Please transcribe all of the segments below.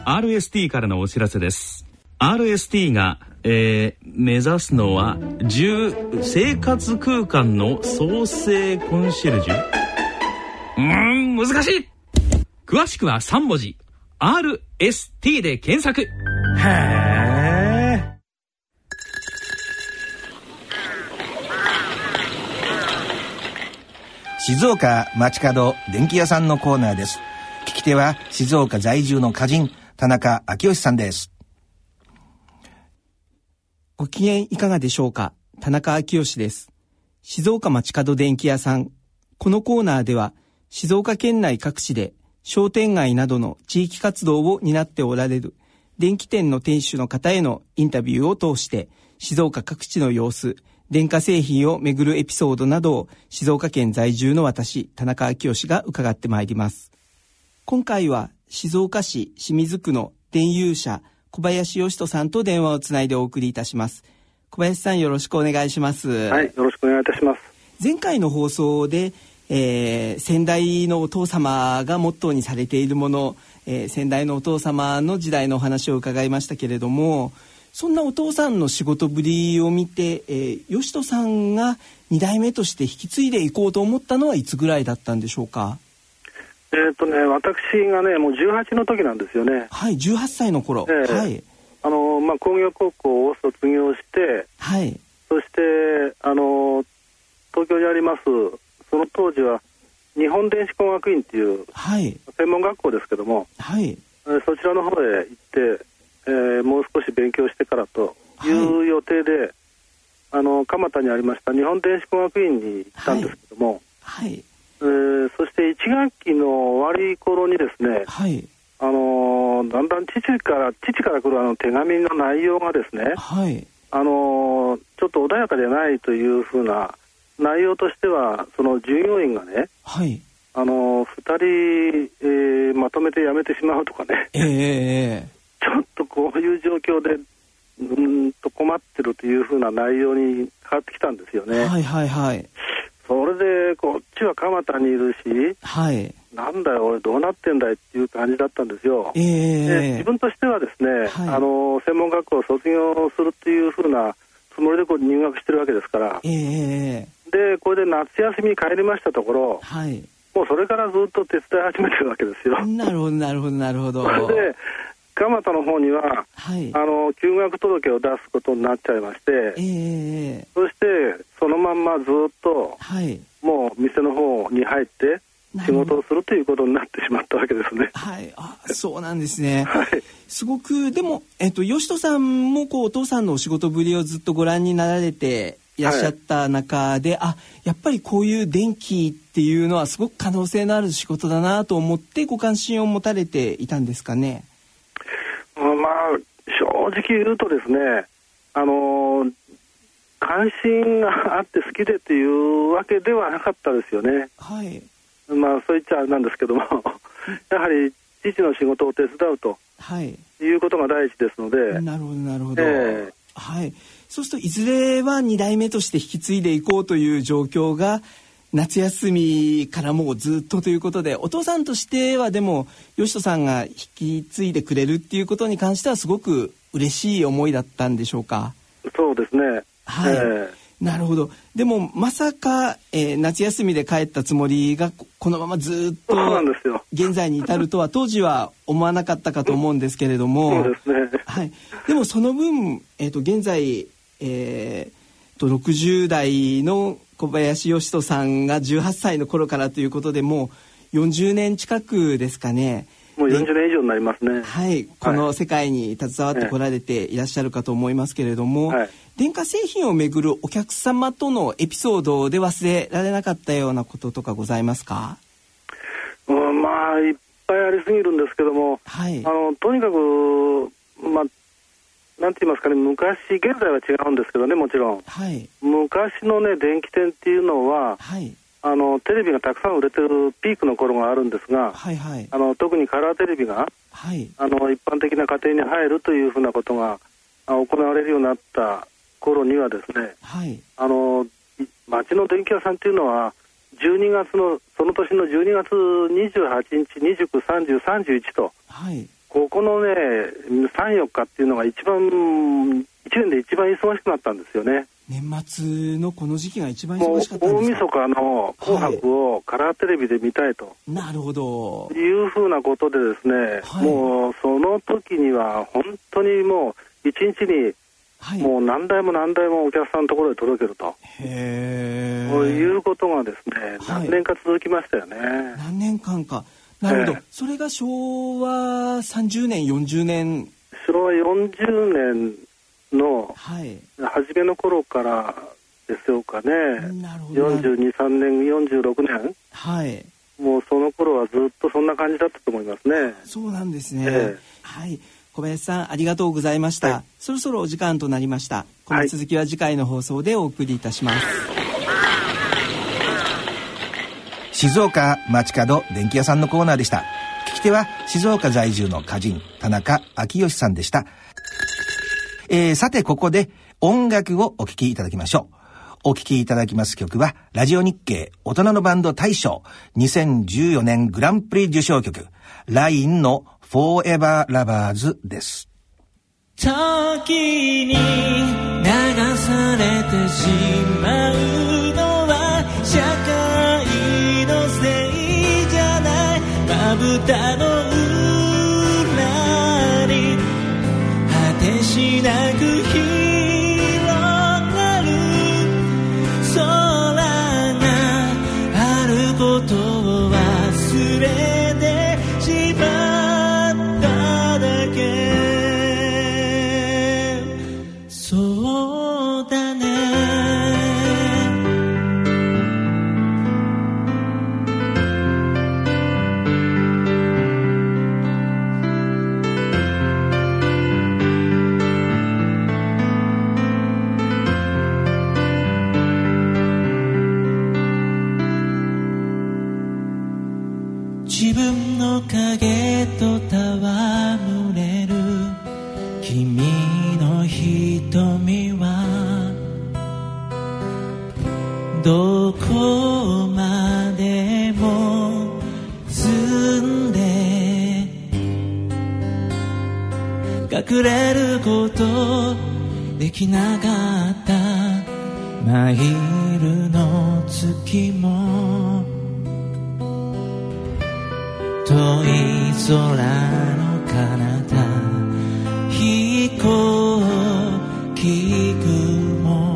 RST からのお知らせです。 RST が、目指すのは生活空間の創生コンシェルジュ。難しい。詳しくは3文字 RST で検索。へー。 静岡街角電気屋さんのコーナーです。聞き手は静岡在住の歌人田中昭義さんです。 ご機嫌いかがでしょうか。田中昭義です。静岡街角電気屋さん。このコーナーでは静岡県内各地で商店街などの地域活動を担っておられる電気店の店主の方へのインタビューを通して静岡各地の様子、電化製品をめぐるエピソードなどを静岡県在住の私、田中昭義が伺ってまいります。今回は静岡市清水区の電友社小林義人さんと電話をつないでお送りいたします。小林さん、よろしくお願いします。 はい、よろしくお願いいたします。 前回の放送で、先代のお父様がモットーにされているもの、先代のお父様の時代のお話を伺いましたけれども、そんなお父さんの仕事ぶりを見て、義人さんが2代目として引き継いでいこうと思ったのはいつぐらいだったんでしょうか。 私がねもう18の時なんですよね。 はい、18歳の頃。はい。 工業高校を卒業して、 はい。 そして東京にありますその当時は日本電子工学院っていう、はい、専門学校ですけども、はい、そちらの方へ行って、もう少し勉強してからという予定で、蒲田にありました日本電子工学院に行ったんですけども、はい、そして1学期の終わり頃にですね、はい、だんだん父から来る手紙の内容がですね、はい、ちょっと穏やかでないというふうな内容としては、その従業員がね、はい、2人、まとめて辞めてしまうとかね、ちょっとこういう状況で困ってるというふうな内容に変わってきたんですよね。はいはいはい。それでこっちは蒲田にいるし、はい、なんだよ俺どうなってんだいっていう感じだったんですよ。で自分としてはですね、はい、専門学校を卒業するっていうふうなつもりでこう入学してるわけですから、でこれで夏休みに帰りましたところ、はい、もうそれからずっと手伝い始めてるわけですよ。なるほどなるほどなるほど。それで蒲田の方には、はい、休学届を出すことになっちゃいまして、そしてそのまんまずっと、はい、もう店の方に入って仕事をするということになってしまったわけですね。はい、そうなんですね。はい、すごくでも、義人さんもこうお父さんのお仕事ぶりをずっとご覧になられていらっしゃった中で、はい、やっぱりこういう電気っていうのはすごく可能性のある仕事だなと思ってご関心を持たれていたんですかね。正直言うとですね、関心があって好きでっていうわけではなかったですよね。はい。そう言っちゃあれなんですけどもやはり父の仕事を手伝うと、はい、いうことが第一ですので。なるほどなるほど。はい。そうするといずれは2代目として引き継いでいこうという状況が夏休みからもうずっとということで、お父さんとしてはでも義人さんが引き継いでくれるっていうことに関してはすごく嬉しい思いだったんでしょうか。そうですね。はい。なるほど。でもまさか、夏休みで帰ったつもりがこのままずっと現在に至るとは当時は思わなかったかと思うんですけれども、そうですね。はい。でもその分、現在、60代の小林義人さんが18歳の頃からということでもう40年近くですかね。もう40年以上になりますね。はい、この世界に携わってこられていらっしゃるかと思いますけれども、はい、電化製品をめぐるお客様とのエピソードで忘れられなかったようなこととかございますか？いっぱいありすぎるんですけども、はい、とにかくなんて言いますかね、現在は違うんですけどね、もちろん、はい、昔のね電気店っていうのは、はい、テレビがたくさん売れてるピークの頃があるんですが、はいはい、特にカラーテレビが、はい、一般的な家庭に入るというふうなことが行われるようになった頃にはですね、はい、町の電気屋さんっていうのはその年の12月28日、29、30、31と、はい、 ここのね3、4日っていうのが1年で一番忙しくなったんですよね。 年末のこの時期が一番忙しかったんですか。 もう大晦日の紅白をカラーテレビで見たいと、 なるほど、 いうふうなことでですね、もうその時には本当にもう一日にもう何台も何台もお客さんのところへ届けると、そういうことがですね、何年か続きましたよね。 何年間か。なるほど、それが昭和30年40年昭和40年の初めの頃からでしょうかね。42、3年、46年、もうその頃はずっとそんな感じだったと思いますね。 そうなんですね。小林さんありがとうございました。そろそろお時間となりました。この続きは次回の放送でお送りいたします。 静岡街角電気屋さんのコーナーでした。聞き手は静岡在住の歌人田中昭義さんでした。さてここで音楽をお聴きいただきましょう。お聴きいただきます曲はラジオ日経大人のバンド大賞2014年グランプリ受賞曲ラインのフォーエバーラバーズです。 時に流されてしまうのは社会のせいじゃない。まぶたの裏に果てしなく広がる空があることを忘れてしまっただけ。そうだね。自分の影と戯れる君の瞳はどこまでも澄んで隠れることできなかった真昼の月も遠い空の彼方飛行機雲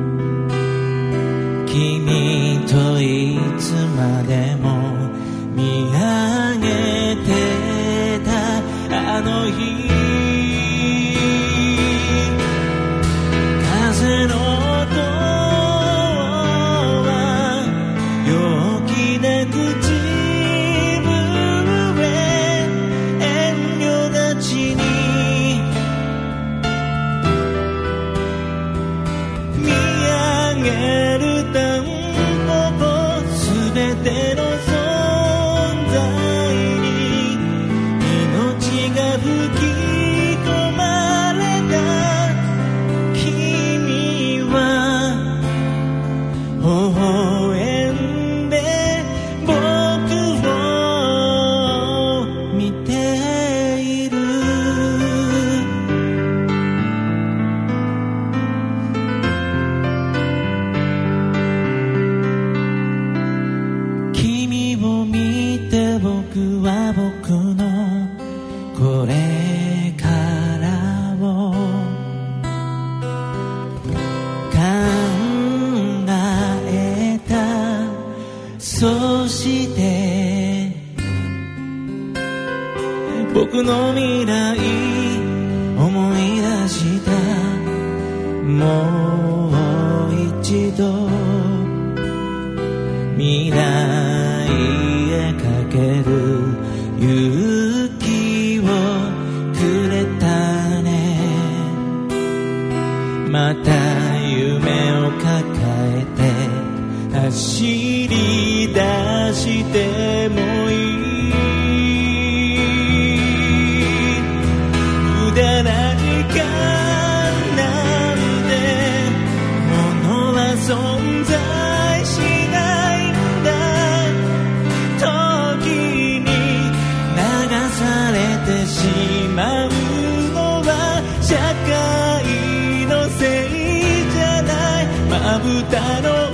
君といつまでも見上げてたあの日風の音は陽気な口僕の未来思い出したもう一度未来へかける勇気をくれたね。また夢を抱えて走り出してもいい。無駄な時間なんてものは存在しないんだ。 てしまうのは社会のせいじゃない。まぶたの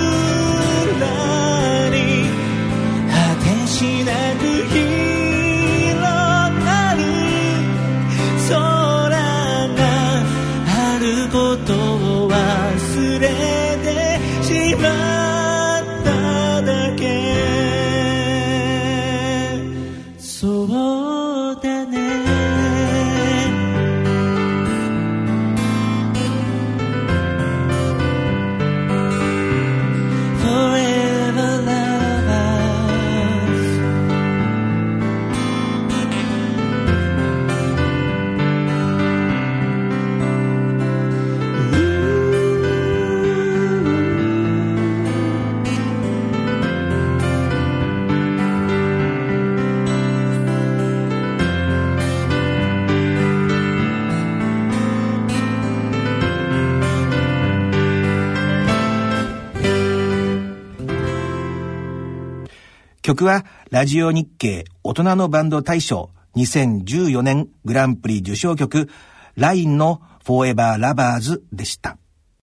裏に果てしなく広がる空があることを忘れてしまっただけ。そうだね。Forever lovers. 「曲はラジオ日経大人のバンド大賞2014年グランプリ受賞曲ラインの Forever Lovers でした。